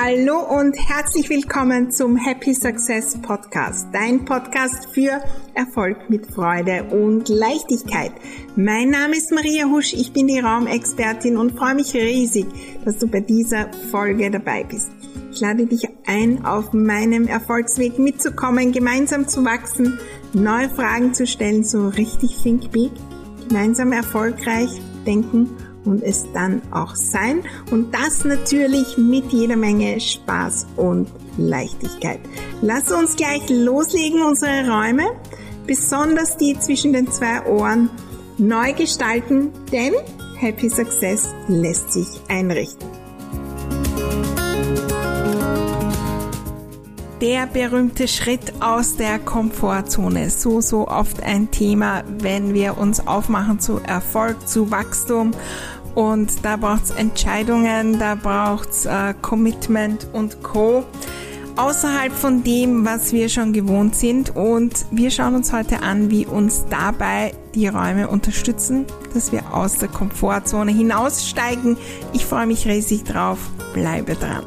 Hallo und herzlich willkommen zum Happy Success Podcast, dein Podcast für Erfolg mit Freude und Leichtigkeit. Mein Name ist Maria Husch, ich bin die Raumexpertin und freue mich riesig, dass du bei dieser Folge dabei bist. Ich lade dich ein, auf meinem Erfolgsweg mitzukommen, gemeinsam zu wachsen, neue Fragen zu stellen, so richtig think big, gemeinsam erfolgreich denken und es dann auch sein. Und das natürlich mit jeder Menge Spaß und Leichtigkeit. Lass uns gleich loslegen, unsere Räume, besonders die zwischen den zwei Ohren, neu gestalten, denn Happy Success lässt sich einrichten. Der berühmte Schritt aus der Komfortzone. So oft ein Thema, wenn wir uns aufmachen zu Erfolg, zu Wachstum. Und da braucht es Entscheidungen, da braucht es Commitment und Co. Außerhalb von dem, was wir schon gewohnt sind. Und wir schauen uns heute an, wie uns dabei die Räume unterstützen, dass wir aus der Komfortzone hinaussteigen. Ich freue mich riesig drauf. Bleibe dran.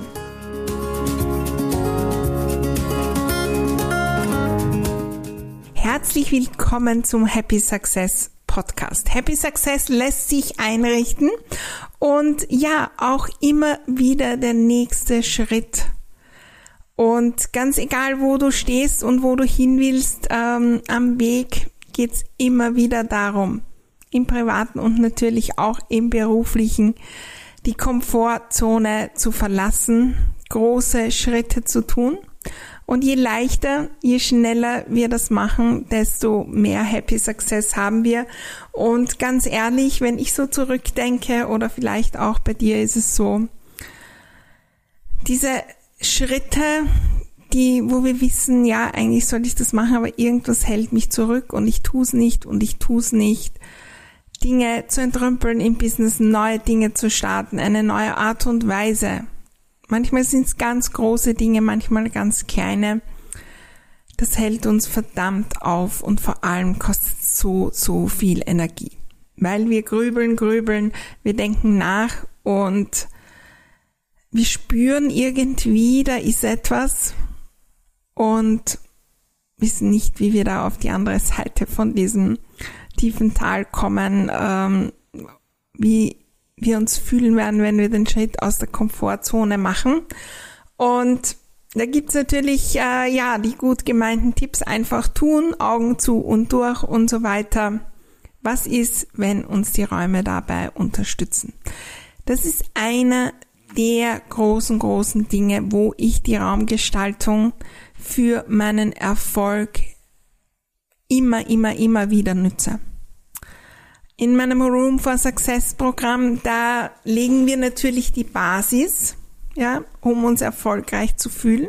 Herzlich willkommen zum Happy Success Podcast. Happy Success lässt sich einrichten und ja, auch immer wieder der nächste Schritt. Und ganz egal, wo du stehst und wo du hin willst, am Weg geht's immer wieder darum, im Privaten und natürlich auch im Beruflichen, die Komfortzone zu verlassen, große Schritte zu tun. Und je leichter, je schneller wir das machen, desto mehr Happy Success haben wir. Und ganz ehrlich, wenn ich so zurückdenke oder vielleicht auch bei dir ist es so, diese Schritte, wo wir wissen, ja, eigentlich soll ich das machen, aber irgendwas hält mich zurück und ich tue es nicht. Dinge zu entrümpeln im Business, neue Dinge zu starten, eine neue Art und Weise. Manchmal sind es ganz große Dinge, manchmal ganz kleine. Das hält uns verdammt auf und vor allem kostet es so viel Energie. Weil wir grübeln, wir denken nach und wir spüren irgendwie, da ist etwas und wissen nicht, wie wir da auf die andere Seite von diesem tiefen Tal kommen, wie wir uns fühlen werden, wenn wir den Schritt aus der Komfortzone machen. Und da gibt's natürlich die gut gemeinten Tipps, einfach tun, Augen zu und durch und so weiter. Was ist, wenn uns die Räume dabei unterstützen? Das ist einer der großen Dinge, wo ich die Raumgestaltung für meinen Erfolg immer wieder nutze. In meinem Room for Success Programm, da legen wir natürlich die Basis, ja, um uns erfolgreich zu fühlen.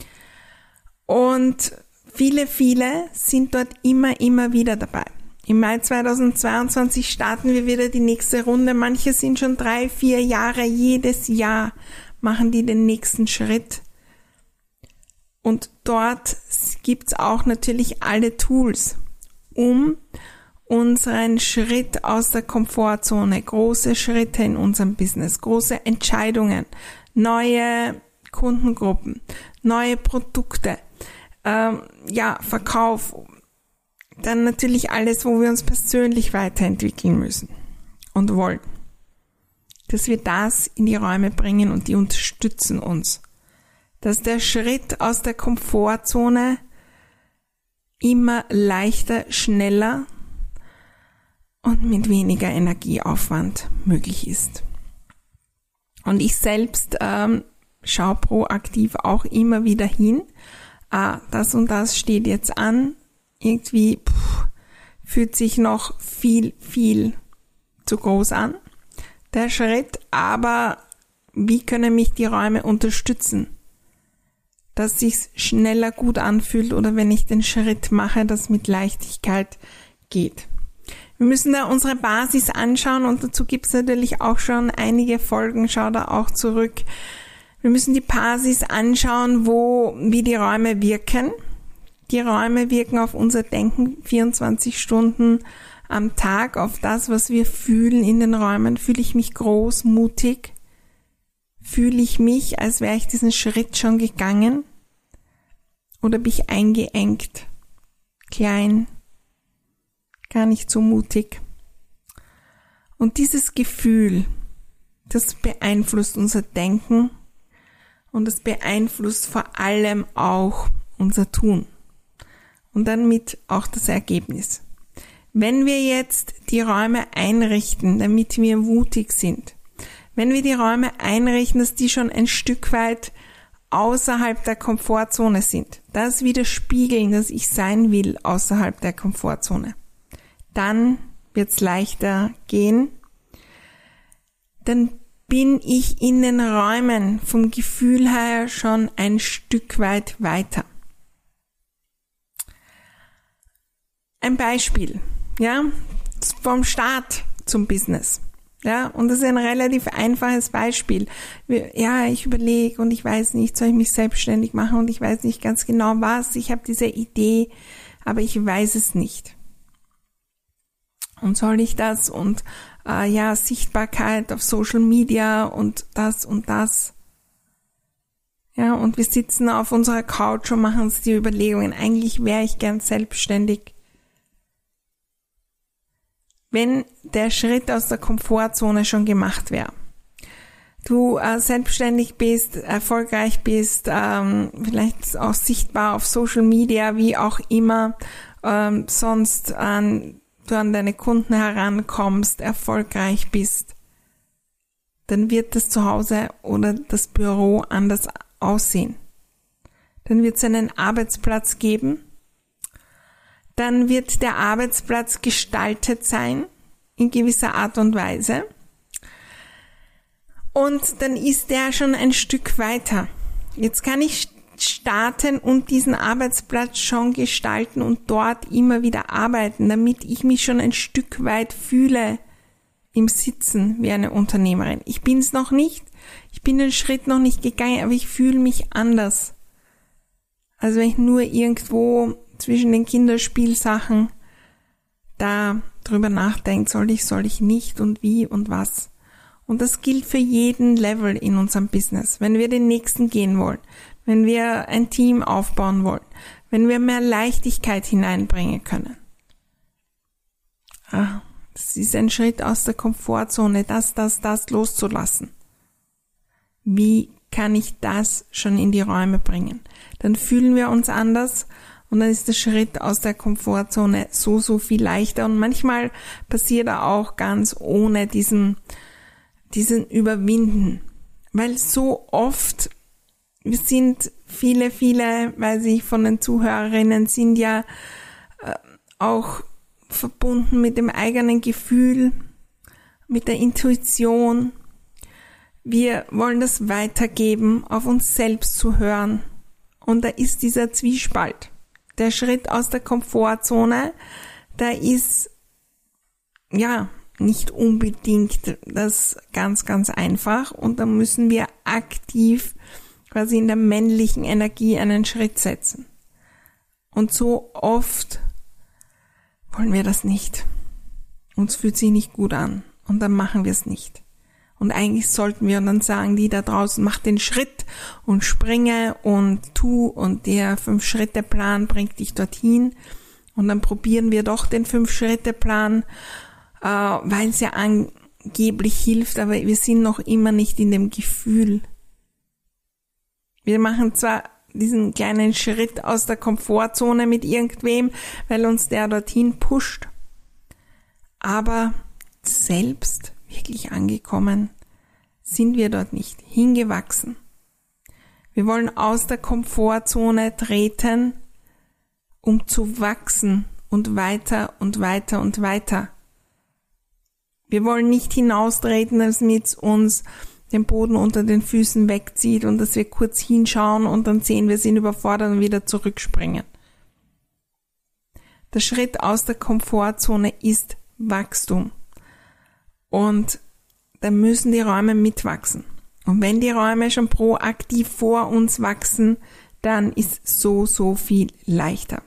Und viele sind dort immer wieder dabei. Im Mai 2022 starten wir wieder die nächste Runde. Manche sind schon 3-4 Jahre, jedes Jahr machen die den nächsten Schritt. Und dort gibt's auch natürlich alle Tools, um unseren Schritt aus der Komfortzone, große Schritte in unserem Business, große Entscheidungen, neue Kundengruppen, neue Produkte, Verkauf, dann natürlich alles, wo wir uns persönlich weiterentwickeln müssen und wollen, dass wir das in die Räume bringen und die unterstützen uns, dass der Schritt aus der Komfortzone immer leichter, schneller und mit weniger Energieaufwand möglich ist. Und ich selbst schaue proaktiv auch immer wieder hin. Das und das steht jetzt an. Irgendwie fühlt sich noch viel zu groß an, der Schritt. Aber wie können mich die Räume unterstützen, dass sich's schneller gut anfühlt oder wenn ich den Schritt mache, das mit Leichtigkeit geht. Wir müssen da unsere Basis anschauen und dazu gibt es natürlich auch schon einige Folgen, schau da auch zurück. Wir müssen die Basis anschauen, wie die Räume wirken. Die Räume wirken auf unser Denken 24 Stunden am Tag, auf das, was wir fühlen in den Räumen. Fühle ich mich groß, mutig? Fühle ich mich, als wäre ich diesen Schritt schon gegangen? Oder bin ich eingeengt, klein, gar nicht so mutig? Und dieses Gefühl, das beeinflusst unser Denken und das beeinflusst vor allem auch unser Tun und damit auch das Ergebnis. Wenn wir jetzt die Räume einrichten, damit wir mutig sind, wenn wir die Räume einrichten, dass die schon ein Stück weit außerhalb der Komfortzone sind, das widerspiegeln, dass ich sein will außerhalb der Komfortzone, dann wird's leichter gehen. Dann bin ich in den Räumen vom Gefühl her schon ein Stück weit weiter. Ein Beispiel, ja, vom Start zum Business. Ja, und das ist ein relativ einfaches Beispiel. Ja, ich überlege und ich weiß nicht, soll ich mich selbstständig machen und ich weiß nicht ganz genau was. Ich habe diese Idee, aber ich weiß es nicht. Und soll ich das und Sichtbarkeit auf Social Media und das und das. Ja, und wir sitzen auf unserer Couch und machen uns die Überlegungen. Eigentlich wäre ich gern selbstständig. Wenn der Schritt aus der Komfortzone schon gemacht wäre, du selbstständig bist, erfolgreich bist, vielleicht auch sichtbar auf Social Media, wie auch immer, sonst du an deine Kunden herankommst, erfolgreich bist, dann wird das Zuhause oder das Büro anders aussehen. Dann wird es einen Arbeitsplatz geben, dann wird der Arbeitsplatz gestaltet sein, in gewisser Art und Weise. Und dann ist der schon ein Stück weiter. Jetzt kann ich starten und diesen Arbeitsplatz schon gestalten und dort immer wieder arbeiten, damit ich mich schon ein Stück weit fühle im Sitzen wie eine Unternehmerin. Ich bin es noch nicht, ich bin den Schritt noch nicht gegangen, aber ich fühle mich anders. Also wenn ich nur irgendwo zwischen den Kinderspielsachen da drüber nachdenke, soll ich nicht und wie und was. Und das gilt für jeden Level in unserem Business. Wenn wir den nächsten gehen wollen, wenn wir ein Team aufbauen wollen, wenn wir mehr Leichtigkeit hineinbringen können. Das ist ein Schritt aus der Komfortzone, das loszulassen. Wie kann ich das schon in die Räume bringen? Dann fühlen wir uns anders und dann ist der Schritt aus der Komfortzone so viel leichter. Und manchmal passiert er auch ganz ohne diesen Überwinden. Weil so oft, wir sind viele, weiß ich, von den Zuhörerinnen sind ja auch verbunden mit dem eigenen Gefühl, mit der Intuition. Wir wollen das weitergeben, auf uns selbst zu hören. Und da ist dieser Zwiespalt. Der Schritt aus der Komfortzone, da ist, ja, nicht unbedingt das ganz, ganz einfach. Und da müssen wir aktiv quasi in der männlichen Energie einen Schritt setzen. Und so oft wollen wir das nicht. Uns fühlt sich nicht gut an. Und dann machen wir es nicht. Und eigentlich sollten wir, und dann sagen die da draußen, mach den Schritt und springe und tu und der 5-Schritte-Plan bringt dich dorthin. Und dann probieren wir doch den 5-Schritte-Plan, weil es ja angeblich hilft, aber wir sind noch immer nicht in dem Gefühl. Wir machen zwar diesen kleinen Schritt aus der Komfortzone mit irgendwem, weil uns der dorthin pusht, aber selbst wirklich angekommen sind wir dort nicht, hingewachsen. Wir wollen aus der Komfortzone treten, um zu wachsen und weiter und weiter und weiter. Wir wollen nicht hinaustreten, damit uns den Boden unter den Füßen wegzieht und dass wir kurz hinschauen und dann sehen, wir sind überfordert und wieder zurückspringen. Der Schritt aus der Komfortzone ist Wachstum. Und da müssen die Räume mitwachsen. Und wenn die Räume schon proaktiv vor uns wachsen, dann ist so viel leichter.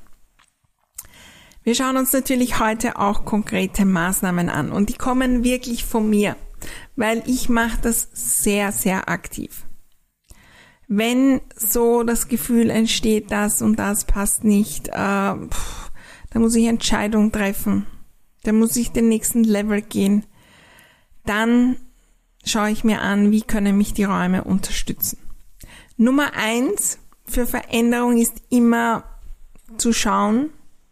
Wir schauen uns natürlich heute auch konkrete Maßnahmen an und die kommen wirklich von mir. weil ich mache das sehr, sehr aktiv. Wenn so das Gefühl entsteht, das und das passt nicht, da muss ich Entscheidungen treffen, da muss ich den nächsten Level gehen, dann schaue ich mir an, wie können mich die Räume unterstützen. Nummer 1 für Veränderung ist immer zu schauen,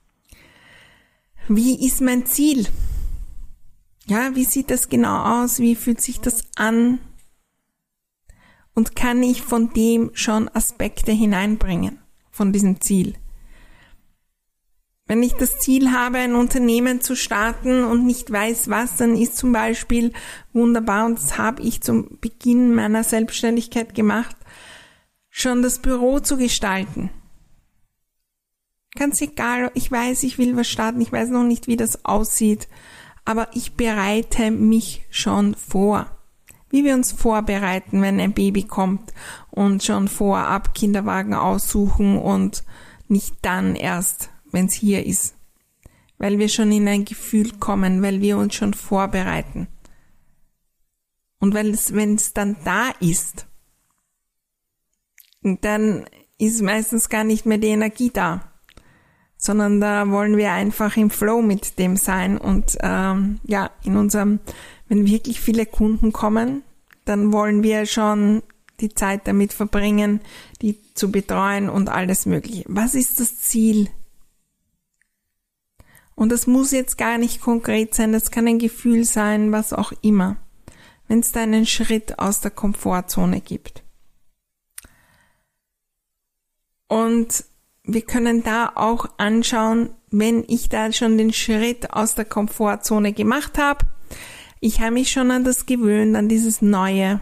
wie ist mein Ziel? Ja, wie sieht das genau aus? Wie fühlt sich das an? Und kann ich von dem schon Aspekte hineinbringen, von diesem Ziel? Wenn ich das Ziel habe, ein Unternehmen zu starten und nicht weiß was, dann ist zum Beispiel wunderbar, und das habe ich zum Beginn meiner Selbstständigkeit gemacht, schon das Büro zu gestalten. Ganz egal, ich weiß, ich will was starten, ich weiß noch nicht, wie das aussieht, aber ich bereite mich schon vor. Wie wir uns vorbereiten, wenn ein Baby kommt und schon vorab Kinderwagen aussuchen und nicht dann erst, wenn es hier ist. Weil wir schon in ein Gefühl kommen, weil wir uns schon vorbereiten. Und wenn es dann da ist, dann ist meistens gar nicht mehr die Energie da, sondern da wollen wir einfach im Flow mit dem sein. Und in unserem, wenn wirklich viele Kunden kommen, dann wollen wir schon die Zeit damit verbringen, die zu betreuen und alles Mögliche. Was ist das Ziel? Und das muss jetzt gar nicht konkret sein, das kann ein Gefühl sein, was auch immer, wenn es da einen Schritt aus der Komfortzone gibt. Und wir können da auch anschauen, wenn ich da schon den Schritt aus der Komfortzone gemacht habe, ich habe mich schon an das gewöhnt, an dieses Neue.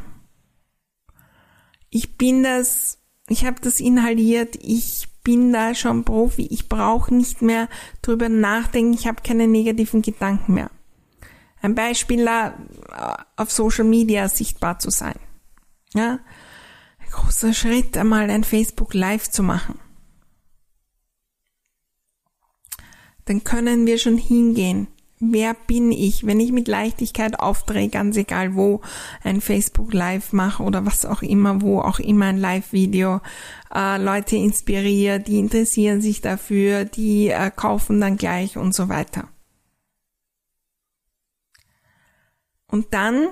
Ich habe das inhaliert, ich bin da schon Profi, ich brauche nicht mehr drüber nachdenken, ich habe keine negativen Gedanken mehr. Ein Beispiel, auf Social Media sichtbar zu sein. Ja, ein großer Schritt, einmal ein Facebook Live zu machen. Dann können wir schon hingehen. Wer bin ich, wenn ich mit Leichtigkeit aufdrehe, ganz egal wo, ein Facebook Live mache oder was auch immer, wo auch immer ein Live-Video, Leute inspiriere, die interessieren sich dafür, die kaufen dann gleich und so weiter. Und dann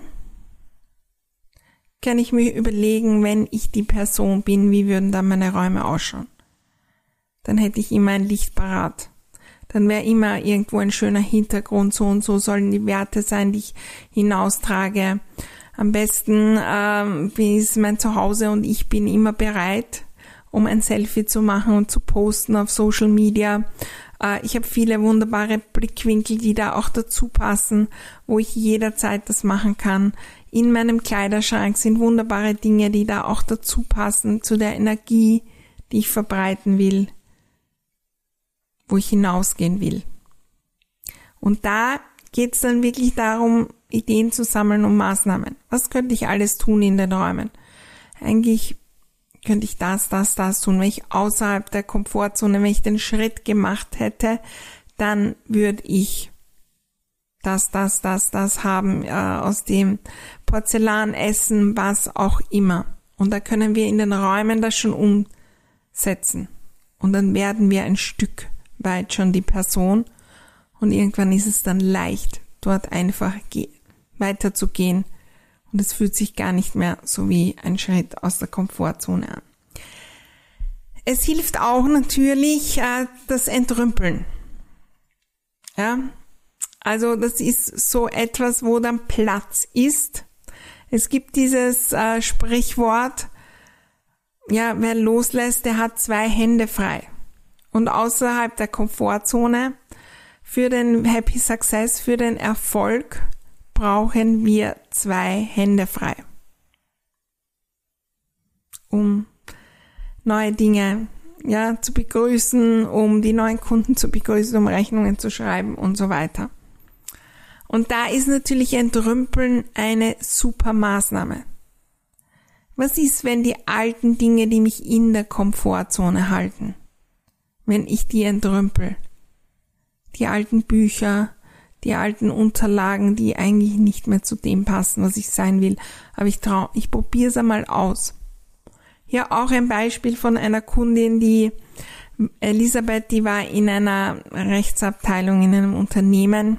kann ich mir überlegen, wenn ich die Person bin, wie würden dann meine Räume ausschauen? Dann hätte ich immer ein Licht parat. Dann wäre immer irgendwo ein schöner Hintergrund, so und so sollen die Werte sein, die ich hinaustrage. Am besten ist mein Zuhause und ich bin immer bereit, um ein Selfie zu machen und zu posten auf Social Media. Ich habe viele wunderbare Blickwinkel, die da auch dazu passen, wo ich jederzeit das machen kann. In meinem Kleiderschrank sind wunderbare Dinge, die da auch dazu passen, zu der Energie, die ich verbreiten will, wo ich hinausgehen will. Und da geht es dann wirklich darum, Ideen zu sammeln und Maßnahmen. Was könnte ich alles tun in den Räumen? Eigentlich könnte ich das tun. Wenn ich außerhalb der Komfortzone, wenn ich den Schritt gemacht hätte, dann würde ich das haben, aus dem Porzellan essen, was auch immer. Und da können wir in den Räumen das schon umsetzen. Und dann werden wir ein Stück weit schon die Person und irgendwann ist es dann leicht, dort einfach weiterzugehen und es fühlt sich gar nicht mehr so wie ein Schritt aus der Komfortzone an. Es hilft auch natürlich das Entrümpeln. Ja, also das ist so etwas, wo dann Platz ist. Es gibt dieses Sprichwort, ja, wer loslässt, der hat 2 Hände frei. Und außerhalb der Komfortzone, für den Happy Success, für den Erfolg, brauchen wir 2 Hände frei. Um neue Dinge, zu begrüßen, um die neuen Kunden zu begrüßen, um Rechnungen zu schreiben und so weiter. Und da ist natürlich Entrümpeln eine super Maßnahme. Was ist, wenn die alten Dinge, die mich in der Komfortzone halten, wenn ich die entrümpel? Die alten Bücher, die alten Unterlagen, die eigentlich nicht mehr zu dem passen, was ich sein will. Aber ich probiere es einmal aus. Hier auch ein Beispiel von einer Kundin, die Elisabeth, die war in einer Rechtsabteilung in einem Unternehmen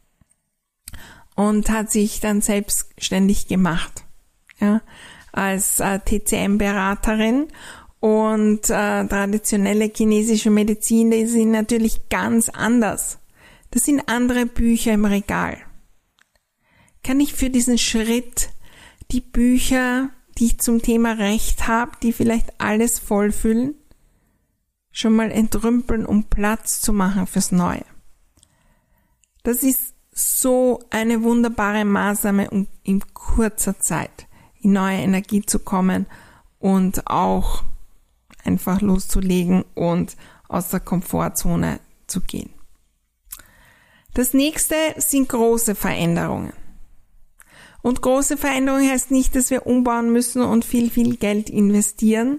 und hat sich dann selbstständig gemacht, ja, als TCM-Beraterin. Und traditionelle chinesische Medizin, die sind natürlich ganz anders. Das sind andere Bücher im Regal. Kann ich für diesen Schritt die Bücher, die ich zum Thema Recht habe, die vielleicht alles vollfüllen, schon mal entrümpeln, um Platz zu machen fürs Neue? Das ist so eine wunderbare Maßnahme, um in kurzer Zeit in neue Energie zu kommen und auch einfach loszulegen und aus der Komfortzone zu gehen. Das nächste sind große Veränderungen. Und große Veränderungen heißt nicht, dass wir umbauen müssen und viel, viel Geld investieren.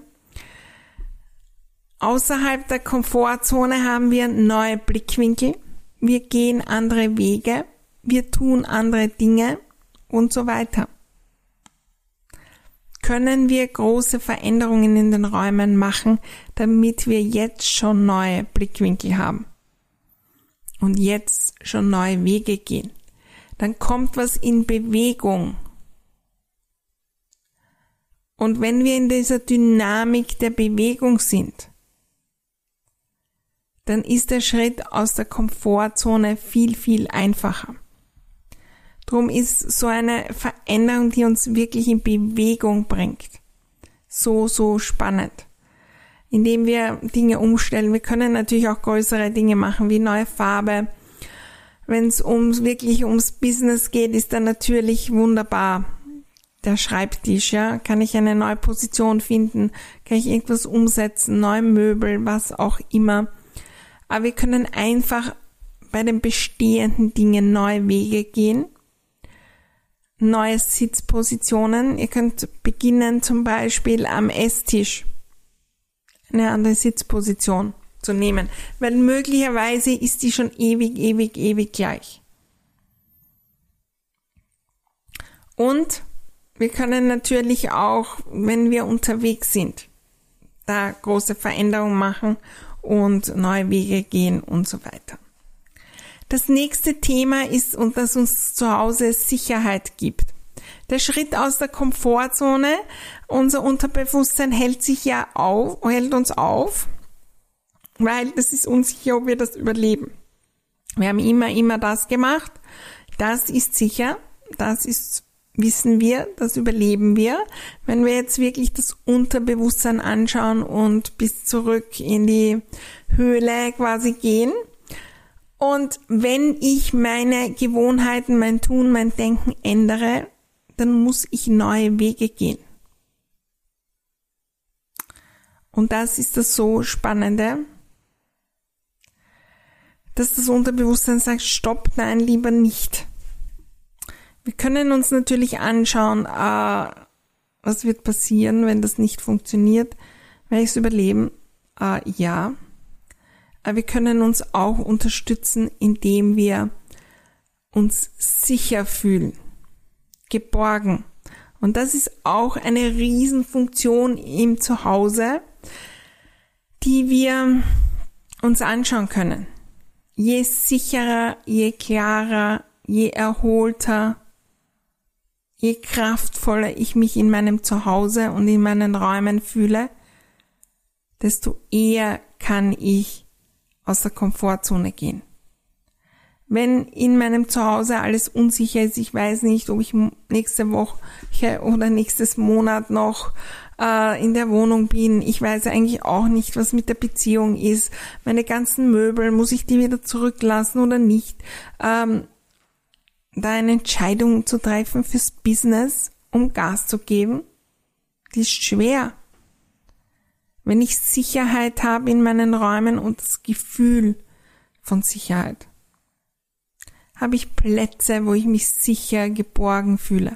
Außerhalb der Komfortzone haben wir neue Blickwinkel. Wir gehen andere Wege. Wir tun andere Dinge und so weiter. Können wir große Veränderungen in den Räumen machen, damit wir jetzt schon neue Blickwinkel haben und jetzt schon neue Wege gehen. Dann kommt was in Bewegung. Und wenn wir in dieser Dynamik der Bewegung sind, dann ist der Schritt aus der Komfortzone viel, viel einfacher. Drum ist so eine Veränderung, die uns wirklich in Bewegung bringt, so spannend. Indem wir Dinge umstellen. Wir können natürlich auch größere Dinge machen, wie neue Farbe. Wenn es wirklich ums Business geht, ist dann natürlich wunderbar der Schreibtisch. Ja, kann ich eine neue Position finden? Kann ich irgendwas umsetzen? Neue Möbel, was auch immer. Aber wir können einfach bei den bestehenden Dingen neue Wege gehen. Neue Sitzpositionen. Ihr könnt beginnen zum Beispiel am Esstisch eine andere Sitzposition zu nehmen, weil möglicherweise ist die schon ewig gleich. Und wir können natürlich auch, wenn wir unterwegs sind, da große Veränderungen machen und neue Wege gehen und so weiter. Das nächste Thema ist, und das uns zu Hause Sicherheit gibt. Der Schritt aus der Komfortzone, unser Unterbewusstsein hält uns auf, weil das ist unsicher, ob wir das überleben. Wir haben immer das gemacht, das ist sicher, wissen wir, das überleben wir. Wenn wir jetzt wirklich das Unterbewusstsein anschauen und bis zurück in die Höhle quasi gehen, und wenn ich meine Gewohnheiten, mein Tun, mein Denken ändere, dann muss ich neue Wege gehen. Und das ist das so Spannende, dass das Unterbewusstsein sagt, stopp, nein, lieber nicht. Wir können uns natürlich anschauen, was wird passieren, wenn das nicht funktioniert. Werde ich es überleben? Ja. Aber wir können uns auch unterstützen, indem wir uns sicher fühlen, geborgen. Und das ist auch eine Riesenfunktion im Zuhause, die wir uns anschauen können. Je sicherer, je klarer, je erholter, je kraftvoller ich mich in meinem Zuhause und in meinen Räumen fühle, desto eher kann ich aus der Komfortzone gehen. Wenn in meinem Zuhause alles unsicher ist, ich weiß nicht, ob ich nächste Woche oder nächstes Monat noch in der Wohnung bin, ich weiß eigentlich auch nicht, was mit der Beziehung ist, meine ganzen Möbel, muss ich die wieder zurücklassen oder nicht, da eine Entscheidung zu treffen fürs Business, um Gas zu geben, die ist schwer. Wenn ich Sicherheit habe in meinen Räumen und das Gefühl von Sicherheit, habe ich Plätze, wo ich mich sicher geborgen fühle,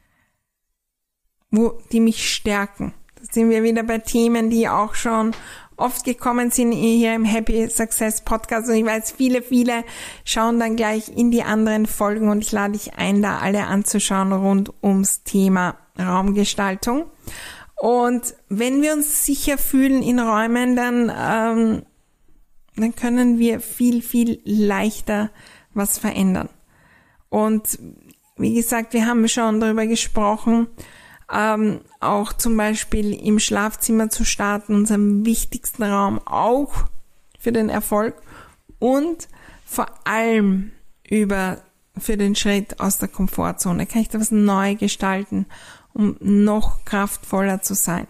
die mich stärken. Da sind wir wieder bei Themen, die auch schon oft gekommen sind hier im Happy Success Podcast. Und ich weiß, viele schauen dann gleich in die anderen Folgen und ich lade dich ein, da alle anzuschauen rund ums Thema Raumgestaltung. Und wenn wir uns sicher fühlen in Räumen, dann können wir viel leichter was verändern. Und wie gesagt, wir haben schon darüber gesprochen, auch zum Beispiel im Schlafzimmer zu starten, unserem wichtigsten Raum, auch für den Erfolg und vor allem für den Schritt aus der Komfortzone. Kann ich da was neu gestalten, um noch kraftvoller zu sein?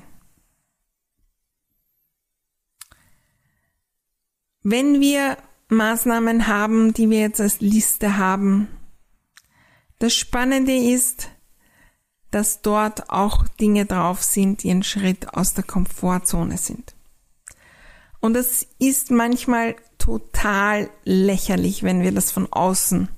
Wenn wir Maßnahmen haben, die wir jetzt als Liste haben, das Spannende ist, dass dort auch Dinge drauf sind, die ein Schritt aus der Komfortzone sind. Und das ist manchmal total lächerlich, wenn wir das von außen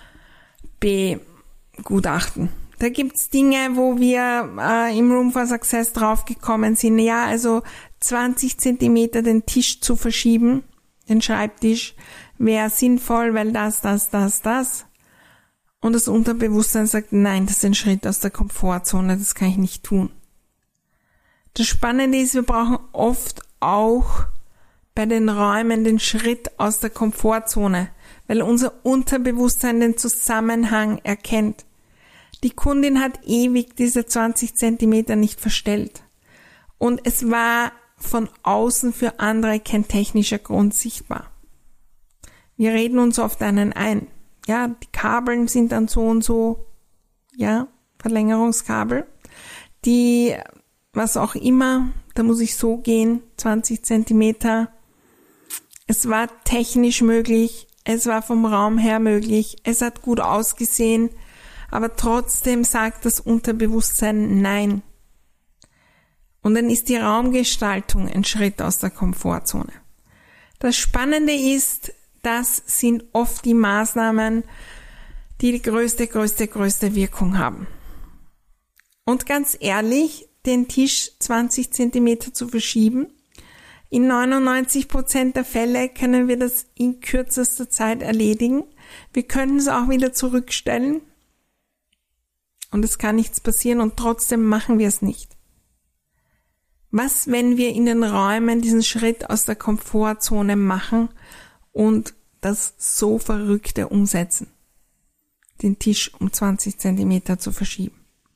begutachten. Da gibt's Dinge, wo wir im Room for Success draufgekommen sind, ja, also 20 Zentimeter den Tisch zu verschieben, den Schreibtisch, wäre sinnvoll, weil das. Und das Unterbewusstsein sagt, nein, das ist ein Schritt aus der Komfortzone, das kann ich nicht tun. Das Spannende ist, wir brauchen oft auch bei den Räumen den Schritt aus der Komfortzone, weil unser Unterbewusstsein den Zusammenhang erkennt. Die Kundin hat ewig diese 20 Zentimeter nicht verstellt. Und es war von außen für andere kein technischer Grund sichtbar. Wir reden uns oft einen ein. Ja, die Kabeln sind dann so und so, ja, Verlängerungskabel. Die, was auch immer, da muss ich so gehen, 20 Zentimeter. Es war technisch möglich, es war vom Raum her möglich, es hat gut ausgesehen, aber trotzdem sagt das Unterbewusstsein Nein. Und dann ist die Raumgestaltung ein Schritt aus der Komfortzone. Das Spannende ist, das sind oft die Maßnahmen, die die größte Wirkung haben. Und ganz ehrlich, den Tisch 20 Zentimeter zu verschieben, in 99% der Fälle können wir das in kürzester Zeit erledigen. Wir können es auch wieder zurückstellen und es kann nichts passieren und trotzdem machen wir es nicht. Was, wenn wir in den Räumen diesen Schritt aus der Komfortzone machen und das so Verrückte umsetzen, den Tisch um 20 Zentimeter zu verschieben?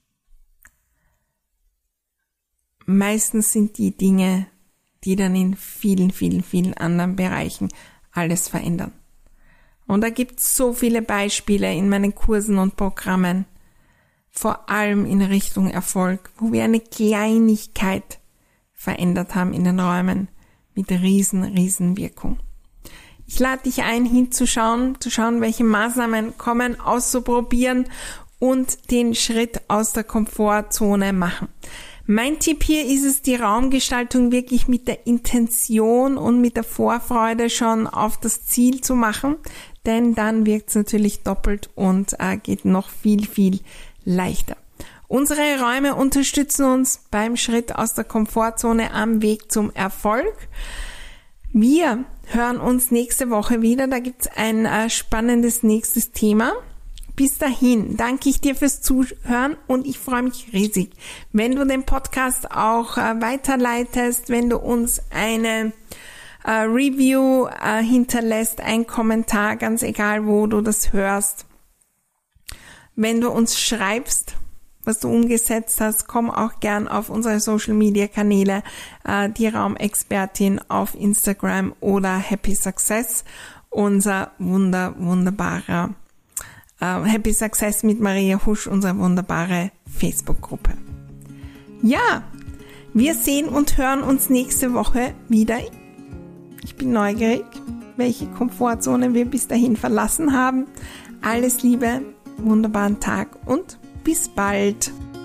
Meistens sind die Dinge, die dann in vielen anderen Bereichen alles verändern. Und da gibt es so viele Beispiele in meinen Kursen und Programmen, vor allem in Richtung Erfolg, wo wir eine Kleinigkeit verändert haben in den Räumen mit riesen Wirkung. Ich lade dich ein, hinzuschauen, zu schauen, welche Maßnahmen kommen, auszuprobieren und den Schritt aus der Komfortzone machen. Mein Tipp hier ist es, die Raumgestaltung wirklich mit der Intention und mit der Vorfreude schon auf das Ziel zu machen, denn dann wirkt es natürlich doppelt und geht noch viel leichter. Unsere Räume unterstützen uns beim Schritt aus der Komfortzone am Weg zum Erfolg. Wir hören uns nächste Woche wieder, da gibt's ein spannendes nächstes Thema. Bis dahin danke ich dir fürs Zuhören und ich freue mich riesig, wenn du den Podcast auch weiterleitest, wenn du uns eine Review hinterlässt, ein Kommentar, ganz egal wo du das hörst. Wenn du uns schreibst, was du umgesetzt hast, komm auch gern auf unsere Social Media Kanäle, die Raumexpertin auf Instagram oder Happy Success, unser wunderbarer Happy Success mit Maria Husch, unsere wunderbare Facebook-Gruppe. Ja, wir sehen und hören uns nächste Woche wieder. Ich bin neugierig, welche Komfortzone wir bis dahin verlassen haben. Alles Liebe, wunderbaren Tag und bis bald.